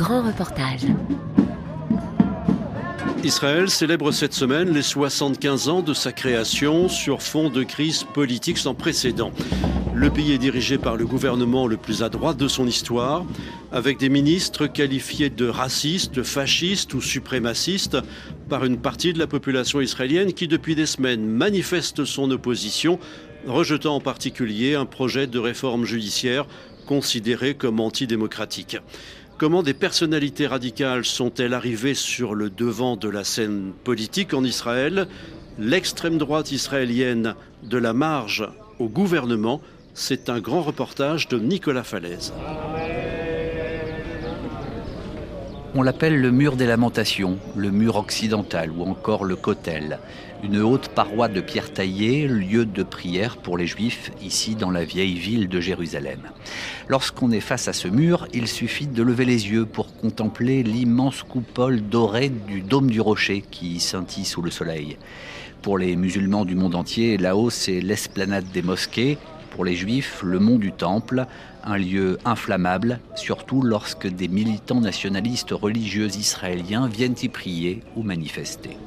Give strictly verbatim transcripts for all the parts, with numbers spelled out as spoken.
grand reportage. Israël célèbre cette semaine les soixante-quinze ans de sa création sur fond de crise politique sans précédent. Le pays est dirigé par le gouvernement le plus à droite de son histoire, avec des ministres qualifiés de racistes, fascistes ou suprémacistes par une partie de la population israélienne qui depuis des semaines manifeste son opposition, rejetant en particulier un projet de réforme judiciaire considéré comme antidémocratique. Comment des personnalités radicales sont-elles arrivées sur le devant de la scène politique en Israël ? L'extrême droite israélienne de la marge au gouvernement, c'est un grand reportage de Nicolas Falaise. On l'appelle le mur des lamentations, le mur occidental ou encore le Kotel, une haute paroi de pierre taillée, lieu de prière pour les Juifs ici dans la vieille ville de Jérusalem. Lorsqu'on est face à ce mur, il suffit de lever les yeux pour contempler l'immense coupole dorée du dôme du rocher qui scintille sous le soleil. Pour les musulmans du monde entier, là-haut c'est l'esplanade des mosquées. Pour les Juifs, le mont du Temple, un lieu inflammable, surtout lorsque des militants nationalistes religieux israéliens viennent y prier ou manifester.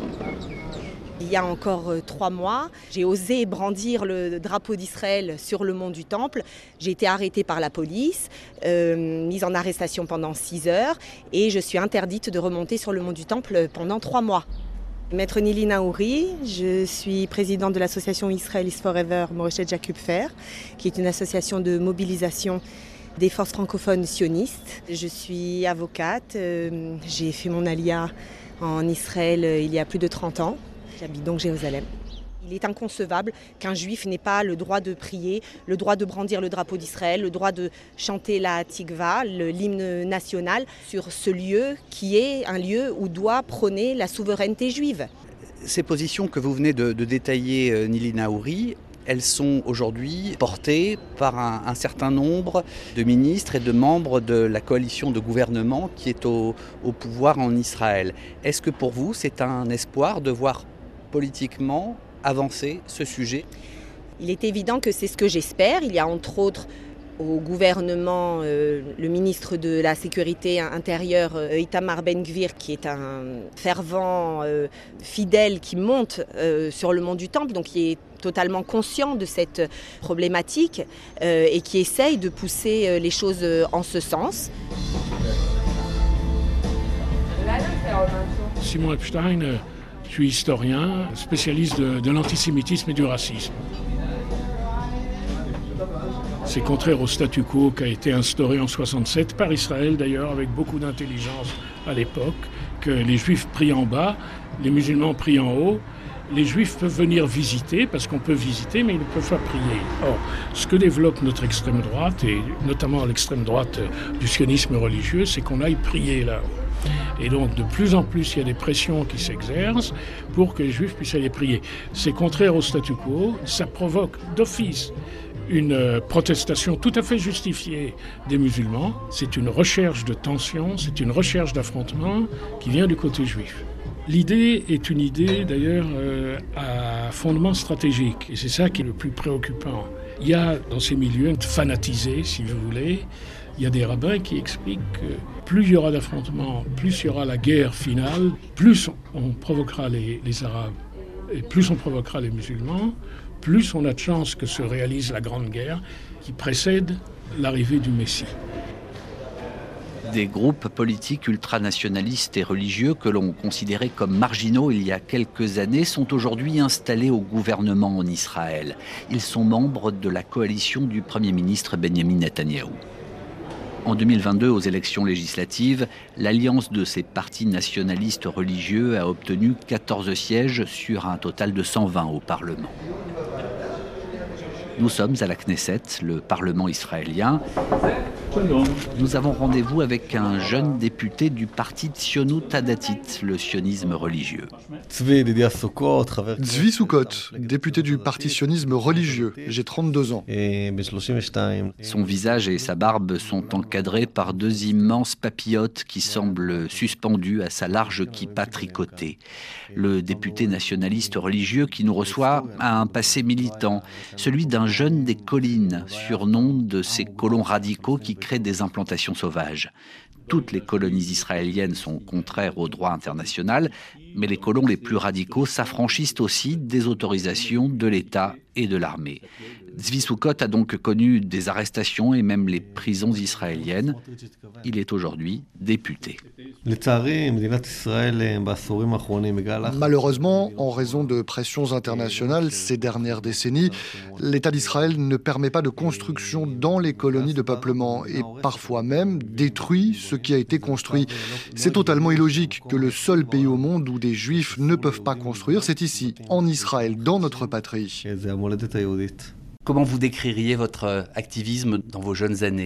Il y a encore euh, trois mois, j'ai osé brandir le drapeau d'Israël sur le mont du Temple. J'ai été arrêtée par la police, euh, mise en arrestation pendant six heures et je suis interdite de remonter sur le mont du Temple pendant trois mois. Maître Nili Naouri, je suis présidente de l'association Israel is Forever Morochet Jacob Fer, qui est une association de mobilisation des forces francophones sionistes. Je suis avocate, euh, j'ai fait mon alia en Israël euh, il y a plus de trente ans. J'habite donc Jérusalem. Il est inconcevable qu'un juif n'ait pas le droit de prier, le droit de brandir le drapeau d'Israël, le droit de chanter la Tikva, le, l'hymne national, sur ce lieu qui est un lieu où doit prôner la souveraineté juive. Ces positions que vous venez de, de détailler, Nili Naouri, elles sont aujourd'hui portées par un, un certain nombre de ministres et de membres de la coalition de gouvernement qui est au, au pouvoir en Israël. Est-ce que pour vous, c'est un espoir de voir politiquement avancer ce sujet ? Il est évident que c'est ce que j'espère. Il y a entre autres au gouvernement euh, le ministre de la Sécurité intérieure, euh, Itamar Ben-Gvir, qui est un fervent euh, fidèle qui monte euh, sur le mont du Temple, donc qui est totalement conscient de cette problématique euh, et qui essaye de pousser euh, les choses euh, en ce sens. Simon Epstein, euh, je suis historien, spécialiste de, de l'antisémitisme et du racisme. C'est contraire au statu quo qui a été instauré en soixante-sept par Israël d'ailleurs, avec beaucoup d'intelligence à l'époque, que les Juifs prient en bas, les musulmans prient en haut. Les Juifs peuvent venir visiter, parce qu'on peut visiter, mais ils ne peuvent pas prier. Or, ce que développe notre extrême droite, et notamment l'extrême droite du sionisme religieux, c'est qu'on aille prier là. Et donc, de plus en plus, il y a des pressions qui s'exercent pour que les Juifs puissent aller prier. C'est contraire au statu quo, ça provoque d'office une protestation tout à fait justifiée des musulmans. C'est une recherche de tension, c'est une recherche d'affrontement qui vient du côté juif. L'idée est une idée d'ailleurs euh, à fondement stratégique et c'est ça qui est le plus préoccupant. Il y a dans ces milieux fanatisés, si vous voulez, il y a des rabbins qui expliquent que plus il y aura d'affrontements, plus il y aura la guerre finale, plus on provoquera les, les Arabes et plus on provoquera les musulmans, plus on a de chances que se réalise la grande guerre qui précède l'arrivée du Messie. Des groupes politiques ultranationalistes et religieux que l'on considérait comme marginaux il y a quelques années sont aujourd'hui installés au gouvernement en Israël. Ils sont membres de la coalition du Premier ministre Benjamin Netanyahou. En deux mille vingt-deux, aux élections législatives, l'alliance de ces partis nationalistes religieux a obtenu quatorze sièges sur un total de cent vingt au Parlement. Nous sommes à la Knesset, le Parlement israélien. Nous avons rendez-vous avec un jeune député du parti Tzionut Hadatit, le sionisme religieux. Tzvi Sukkot, député du parti sionisme religieux. J'ai trente-deux ans. Son visage et sa barbe sont encadrés par deux immenses papillotes qui semblent suspendues à sa large kippa tricotée. Le député nationaliste religieux qui nous reçoit a un passé militant, celui d'un jeune des collines, surnom de ces colons radicaux qui créent des implantations sauvages. Toutes les colonies israéliennes sont contraires au droit international, mais les colons les plus radicaux s'affranchissent aussi des autorisations de l'État et de l'armée. Zvi Sukkot a donc connu des arrestations et même les prisons israéliennes. Il est aujourd'hui député. Malheureusement, en raison de pressions internationales ces dernières décennies, l'État d'Israël ne permet pas de construction dans les colonies de peuplement et parfois même détruit ce qui a été construit. C'est totalement illogique que le seul pays au monde où des Juifs ne peuvent pas construire, c'est ici, en Israël, dans notre patrie. Comment vous décririez votre activisme dans vos jeunes années ?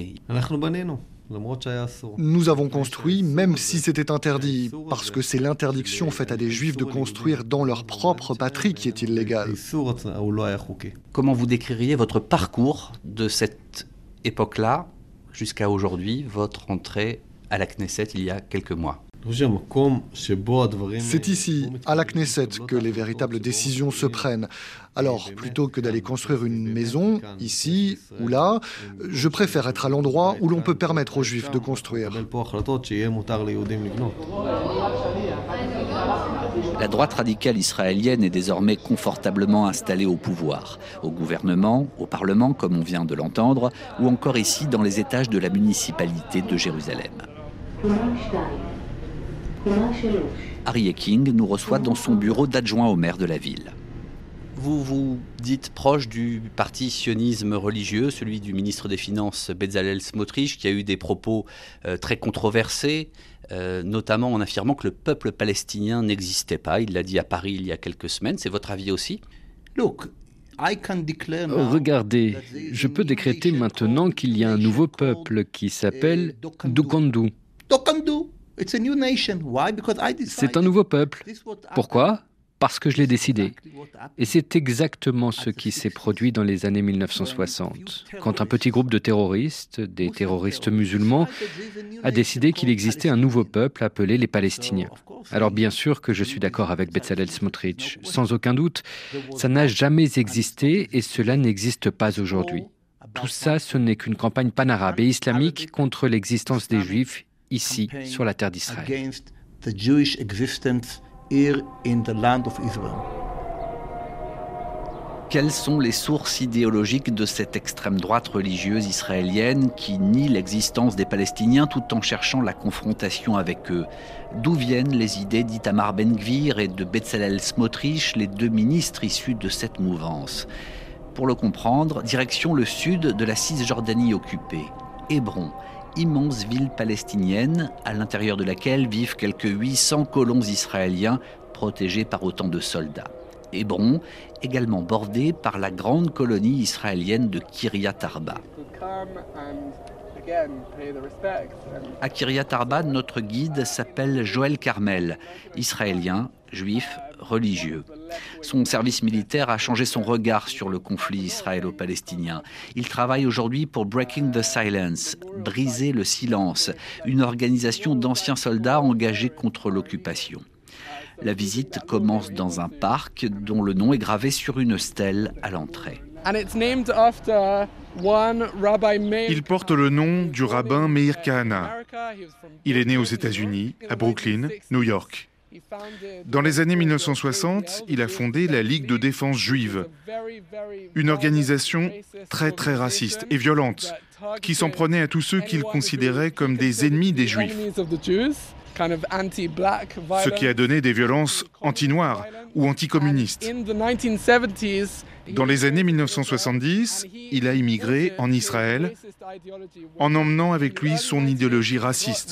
Nous avons construit, même si c'était interdit, parce que c'est l'interdiction faite à des Juifs de construire dans leur propre patrie qui est illégale. Comment vous décririez votre parcours de cette époque-là jusqu'à aujourd'hui, votre entrée à la Knesset il y a quelques mois ? C'est ici, à la Knesset, que les véritables décisions se prennent. Alors, plutôt que d'aller construire une maison, ici ou là, je préfère être à l'endroit où l'on peut permettre aux Juifs de construire. La droite radicale israélienne est désormais confortablement installée au pouvoir, au gouvernement, au Parlement, comme on vient de l'entendre, ou encore ici dans les étages de la municipalité de Jérusalem. Aryeh King nous reçoit dans son bureau d'adjoint au maire de la ville. Vous vous dites proche du parti sionisme religieux, celui du ministre des Finances Bezalel Smotrich, qui a eu des propos euh, très controversés, euh, notamment en affirmant que le peuple palestinien n'existait pas. Il l'a dit à Paris il y a quelques semaines. C'est votre avis aussi ? Look, Regardez, je peux décréter maintenant qu'il y a un nouveau peuple qui s'appelle Dukandu. C'est un nouveau peuple. Pourquoi ? Parce que je l'ai décidé. Et c'est exactement ce qui s'est produit dans les années mille neuf cent soixante, quand un petit groupe de terroristes, des terroristes musulmans, a décidé qu'il existait un nouveau peuple appelé les Palestiniens. Alors bien sûr que je suis d'accord avec Bezalel Smotrich. Sans aucun doute, ça n'a jamais existé et cela n'existe pas aujourd'hui. Tout ça, ce n'est qu'une campagne panarabe et islamique contre l'existence des Juifs ici, sur la terre d'Israël. Quelles sont les sources idéologiques de cette extrême droite religieuse israélienne qui nie l'existence des Palestiniens tout en cherchant la confrontation avec eux ? D'où viennent les idées d'Itamar Ben-Gvir et de Bezalel Smotrich, les deux ministres issus de cette mouvance ? Pour le comprendre, direction le sud de la Cisjordanie occupée, Hébron, immense ville palestinienne à l'intérieur de laquelle vivent quelques huit cents colons israéliens protégés par autant de soldats. Hébron, également bordé par la grande colonie israélienne de Kiryat Arba. À Kiryat Arba, notre guide s'appelle Joël Carmel, israélien, juif, religieux. Son service militaire a changé son regard sur le conflit israélo-palestinien. Il travaille aujourd'hui pour Breaking the Silence, briser le silence, une organisation d'anciens soldats engagés contre l'occupation. La visite commence dans un parc dont le nom est gravé sur une stèle à l'entrée. Il porte le nom du rabbin Meir Kahana. Il est né aux États-Unis, à Brooklyn, New York. Dans les années mille neuf cent soixante, il a fondé la Ligue de défense juive, une organisation très très raciste et violente, qui s'en prenait à tous ceux qu'il considérait comme des ennemis des Juifs. Ce qui a donné des violences anti-noires ou anticommunistes. Dans les années mille neuf cent soixante-dix, il a immigré en Israël en emmenant avec lui son idéologie raciste.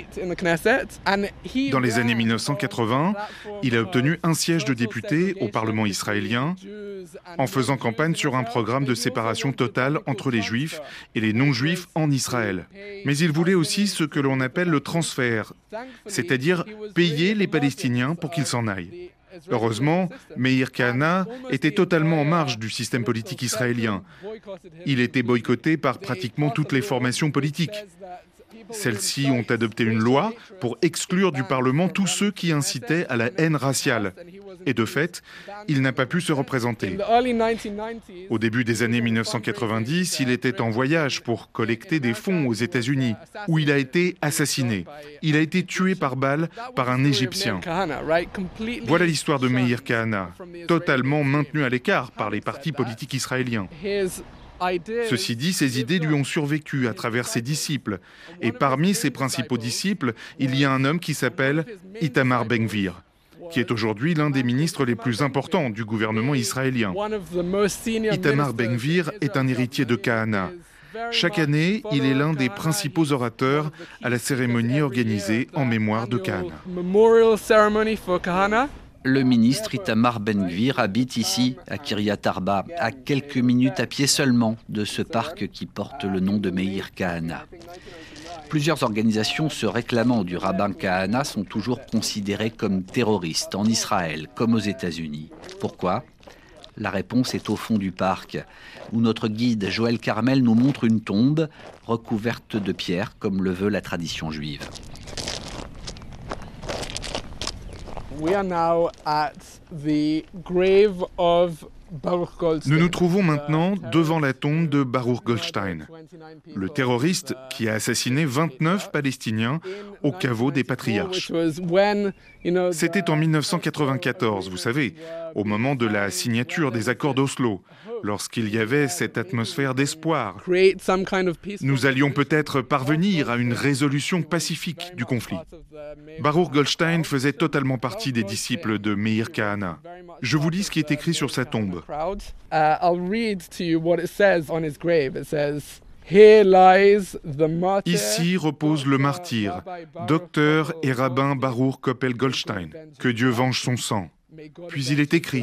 Dans les années mille neuf cent quatre-vingts, il a obtenu un siège de député au Parlement israélien en faisant campagne sur un programme de séparation totale entre les Juifs et les non-Juifs en Israël. Mais il voulait aussi ce que l'on appelle le transfert, c'est-à-dire payer les Palestiniens pour qu'ils s'en aillent. Heureusement, Meir Kahana était totalement en marge du système politique israélien. Il était boycotté par pratiquement toutes les formations politiques. Celles-ci ont adopté une loi pour exclure du Parlement tous ceux qui incitaient à la haine raciale. Et de fait, il n'a pas pu se représenter. Au début des années mille neuf cent quatre-vingt-dix, il était en voyage pour collecter des fonds aux États-Unis, où il a été assassiné. Il a été tué par balle par un Égyptien. Voilà l'histoire de Meir Kahana, totalement maintenu à l'écart par les partis politiques israéliens. Ceci dit, ses idées lui ont survécu à travers ses disciples. Et parmi ses principaux disciples, il y a un homme qui s'appelle Itamar Ben-Gvir, qui est aujourd'hui l'un des ministres les plus importants du gouvernement israélien. Itamar Ben-Gvir est un héritier de Kahana. Chaque année, il est l'un des principaux orateurs à la cérémonie organisée en mémoire de Kahana. Le ministre Itamar Ben-Gvir habite ici, à Kiryat Arba, à quelques minutes à pied seulement de ce parc qui porte le nom de Meir Kahana. Plusieurs organisations se réclamant du rabbin Kahana sont toujours considérées comme terroristes en Israël, comme aux États-Unis. Pourquoi ? La réponse est au fond du parc, où notre guide Joël Carmel nous montre une tombe recouverte de pierres, comme le veut la tradition juive. We are now at the grave of Baruch Goldstein. Nous nous trouvons maintenant devant la tombe de Baruch Goldstein, le terroriste qui a assassiné vingt-neuf Palestiniens au caveau des patriarches. C'était en mille neuf cent quatre-vingt-quatorze, vous savez, au moment de la signature des accords d'Oslo, lorsqu'il y avait cette atmosphère d'espoir. Nous allions peut-être parvenir à une résolution pacifique du conflit. Baruch Goldstein faisait totalement partie des disciples de Meir Kahana. Je vous lis ce qui est écrit sur sa tombe. Ici repose le martyr, docteur et rabbin Baruch Koppel Goldstein. Que Dieu venge son sang. Puis il est écrit.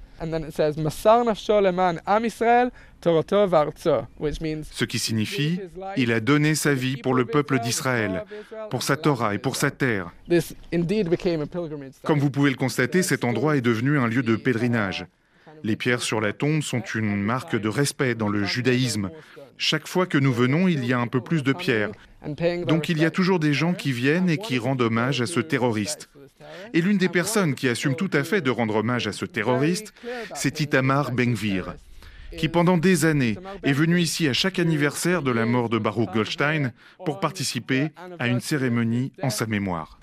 Ce qui signifie, il a donné sa vie pour le peuple d'Israël, pour sa Torah et pour sa terre. Comme vous pouvez le constater, cet endroit est devenu un lieu de pèlerinage. Les pierres sur la tombe sont une marque de respect dans le judaïsme. Chaque fois que nous venons, il y a un peu plus de pierres. Donc il y a toujours des gens qui viennent et qui rendent hommage à ce terroriste. Et l'une des personnes qui assume tout à fait de rendre hommage à ce terroriste, c'est Itamar Ben-Gvir, qui pendant des années est venu ici à chaque anniversaire de la mort de Baruch Goldstein pour participer à une cérémonie en sa mémoire.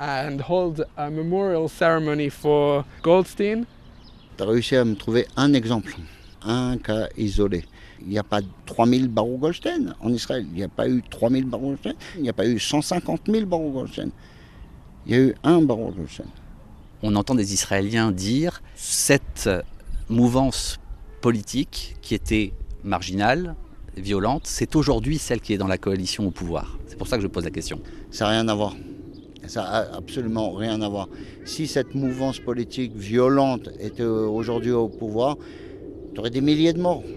Tu as réussi à me trouver un exemple, un cas isolé. Il n'y a pas trois mille Baruch Goldstein en Israël. Il n'y a pas eu trois mille Baruch Goldstein. Il n'y a pas eu cent cinquante mille Baruch Goldstein. Il y a eu un Baruch Goldstein. On entend des Israéliens dire cette mouvance politique qui était marginale, violente, c'est aujourd'hui celle qui est dans la coalition au pouvoir. C'est pour ça que je pose la question. Ça n'a rien à voir. Ça n'a absolument rien à voir. Si cette mouvance politique violente était aujourd'hui au pouvoir, tu aurais des milliers de morts.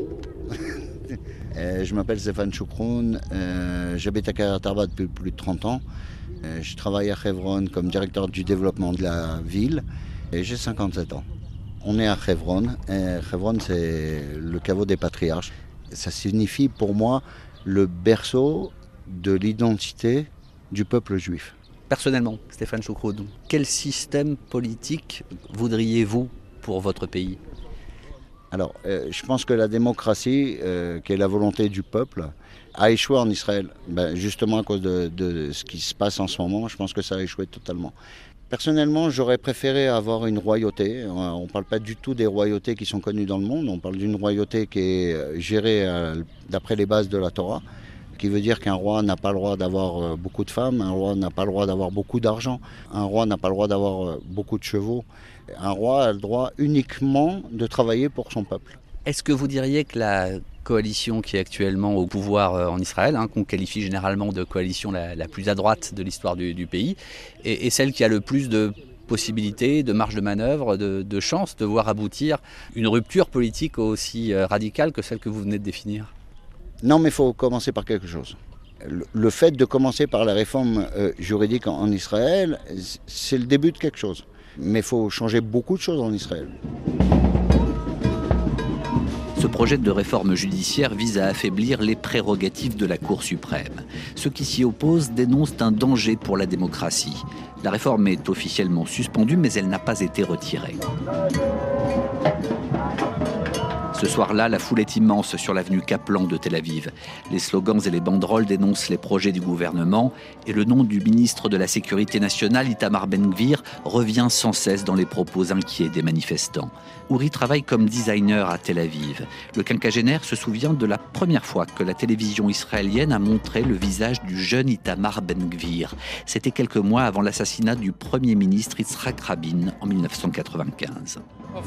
Je m'appelle Stéphane Choukroun, euh, j'habite à Kiryat Arba depuis plus de trente ans. Euh, je travaille à Hebron comme directeur du développement de la ville et j'ai cinquante-sept ans. On est à Hebron, et Hebron c'est le caveau des patriarches. Ça signifie pour moi le berceau de l'identité du peuple juif. Personnellement, Stéphane Choukroun, quel système politique voudriez-vous pour votre pays ? Alors, euh, je pense que la démocratie, euh, qui est la volonté du peuple, a échoué en Israël. Ben, justement à cause de, de ce qui se passe en ce moment, je pense que ça a échoué totalement. Personnellement, j'aurais préféré avoir une royauté. On ne parle pas du tout des royautés qui sont connues dans le monde. On parle d'une royauté qui est gérée euh, d'après les bases de la Torah, qui veut dire qu'un roi n'a pas le droit d'avoir beaucoup de femmes, un roi n'a pas le droit d'avoir beaucoup d'argent, un roi n'a pas le droit d'avoir beaucoup de chevaux. Un roi a le droit uniquement de travailler pour son peuple. Est-ce que vous diriez que la coalition qui est actuellement au pouvoir en Israël, hein, qu'on qualifie généralement de coalition la, la plus à droite de l'histoire du, du pays, est, est celle qui a le plus de possibilités, de marge de manœuvre, de, de chances de voir aboutir une rupture politique aussi radicale que celle que vous venez de définir ? Non, mais il faut commencer par quelque chose. Le, le fait de commencer par la réforme euh, juridique en, en Israël, c'est le début de quelque chose. Mais il faut changer beaucoup de choses en Israël. Ce projet de réforme judiciaire vise à affaiblir les prérogatives de la Cour suprême. Ceux qui s'y opposent dénoncent un danger pour la démocratie. La réforme est officiellement suspendue, mais elle n'a pas été retirée. Ce soir-là, la foule est immense sur l'avenue Kaplan de Tel Aviv. Les slogans et les banderoles dénoncent les projets du gouvernement et le nom du ministre de la Sécurité nationale, Itamar Ben-Gvir, revient sans cesse dans les propos inquiets des manifestants. Uri travaille comme designer à Tel Aviv. Le quinquagénaire se souvient de la première fois que la télévision israélienne a montré le visage du jeune Itamar Ben-Gvir. C'était quelques mois avant l'assassinat du Premier ministre Yitzhak Rabin en mille neuf cent quatre-vingt-quinze.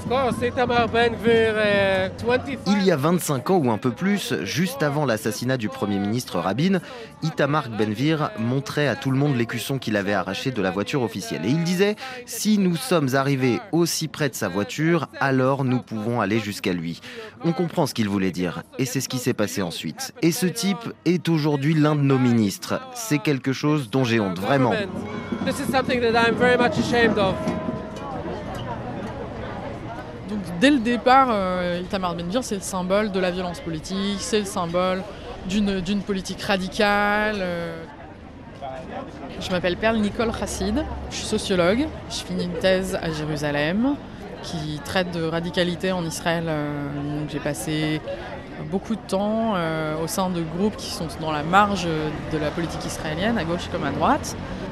Il y a vingt-cinq ans ou un peu plus, juste avant l'assassinat du Premier ministre Rabin, Itamar Ben-Gvir montrait à tout le monde l'écusson qu'il avait arraché de la voiture officielle. Et il disait « Si nous sommes arrivés aussi près de sa voiture, alors nous pouvons aller jusqu'à lui ». On comprend ce qu'il voulait dire. Et c'est ce qui s'est passé ensuite. Et ce type est aujourd'hui l'un de nos ministres. C'est quelque chose dont j'ai honte, vraiment. Donc dès le départ, euh, Itamar Ben-Gvir, c'est le symbole de la violence politique, c'est le symbole d'une, d'une politique radicale. Euh. Je m'appelle Perle Nicole Chassid, je suis sociologue, je finis une thèse à Jérusalem qui traite de radicalité en Israël. Euh, donc j'ai passé beaucoup de temps euh, au sein de groupes qui sont dans la marge de la politique israélienne, à gauche comme à droite.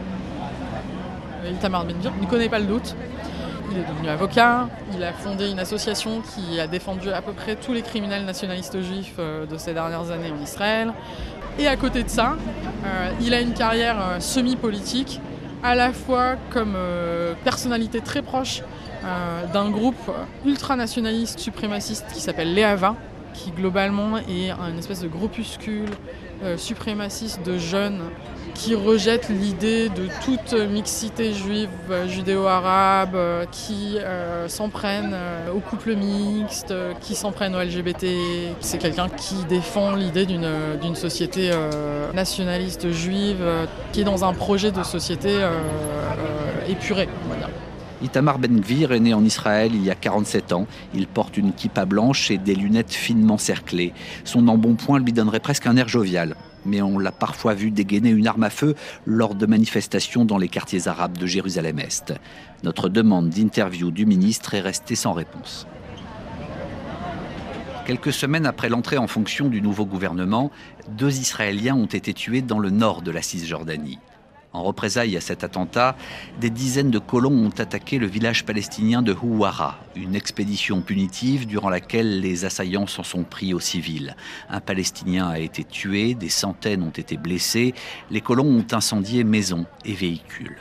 Itamar Ben-Gvir ne connaît pas le doute. Il est devenu avocat, il a fondé une association qui a défendu à peu près tous les criminels nationalistes juifs de ces dernières années en Israël. Et à côté de ça, euh, il a une carrière euh, semi-politique, à la fois comme euh, personnalité très proche euh, d'un groupe ultranationaliste suprémaciste qui s'appelle l'Ehava, qui globalement est une espèce de groupuscule euh, suprémaciste de jeunes qui rejettent l'idée de toute mixité juive, euh, judéo-arabe, euh, qui euh, s'en prennent euh, aux couples mixtes, euh, qui s'en prennent aux L G B T. C'est quelqu'un qui défend l'idée d'une, d'une société euh, nationaliste juive, euh, qui est dans un projet de société euh, euh, épuré, on va dire. Itamar Ben-Gvir est né en Israël il y a quarante-sept ans. Il porte une kippa blanche et des lunettes finement cerclées. Son embonpoint lui donnerait presque un air jovial. Mais on l'a parfois vu dégainer une arme à feu lors de manifestations dans les quartiers arabes de Jérusalem-Est. Notre demande d'interview du ministre est restée sans réponse. Quelques semaines après l'entrée en fonction du nouveau gouvernement, deux Israéliens ont été tués dans le nord de la Cisjordanie. En représailles à cet attentat, des dizaines de colons ont attaqué le village palestinien de Houara, une expédition punitive durant laquelle les assaillants s'en sont pris aux civils. Un Palestinien a été tué, des centaines ont été blessés, les colons ont incendié maisons et véhicules.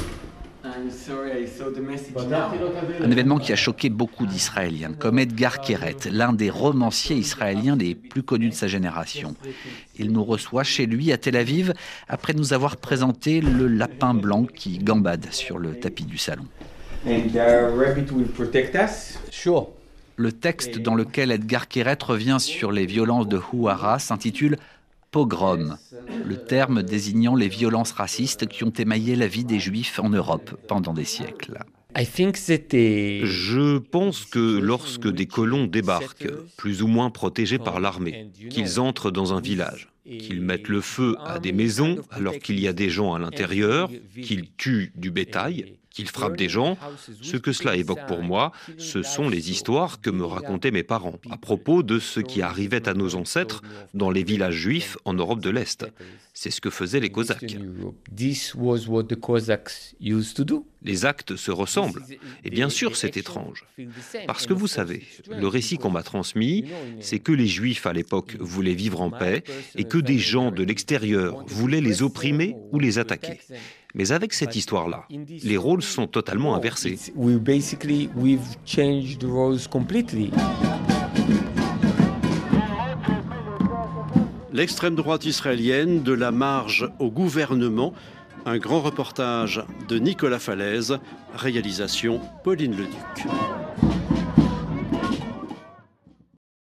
Un événement qui a choqué beaucoup d'Israéliens, comme Edgar Keret, l'un des romanciers israéliens les plus connus de sa génération. Il nous reçoit chez lui à Tel Aviv après nous avoir présenté le lapin blanc qui gambade sur le tapis du salon. Le texte dans lequel Edgar Keret revient sur les violences de Houara s'intitule pogrom, le terme désignant les violences racistes qui ont émaillé la vie des Juifs en Europe pendant des siècles. Je pense que lorsque des colons débarquent, plus ou moins protégés par l'armée, qu'ils entrent dans un village, qu'ils mettent le feu à des maisons alors qu'il y a des gens à l'intérieur, qu'ils tuent du bétail, qu'ils frappent des gens, ce que cela évoque pour moi, ce sont les histoires que me racontaient mes parents à propos de ce qui arrivait à nos ancêtres dans les villages juifs en Europe de l'Est. C'est ce que faisaient les Cosaques. Les actes se ressemblent. Et bien sûr, c'est étrange. Parce que vous savez, le récit qu'on m'a transmis, c'est que les Juifs à l'époque voulaient vivre en paix et que des gens de l'extérieur voulaient les opprimer ou les attaquer. Mais avec cette histoire-là, les rôles sont totalement inversés. L'extrême droite israélienne, de la marge au gouvernement, un grand reportage de Nicolas Falaise, réalisation Pauline Leduc.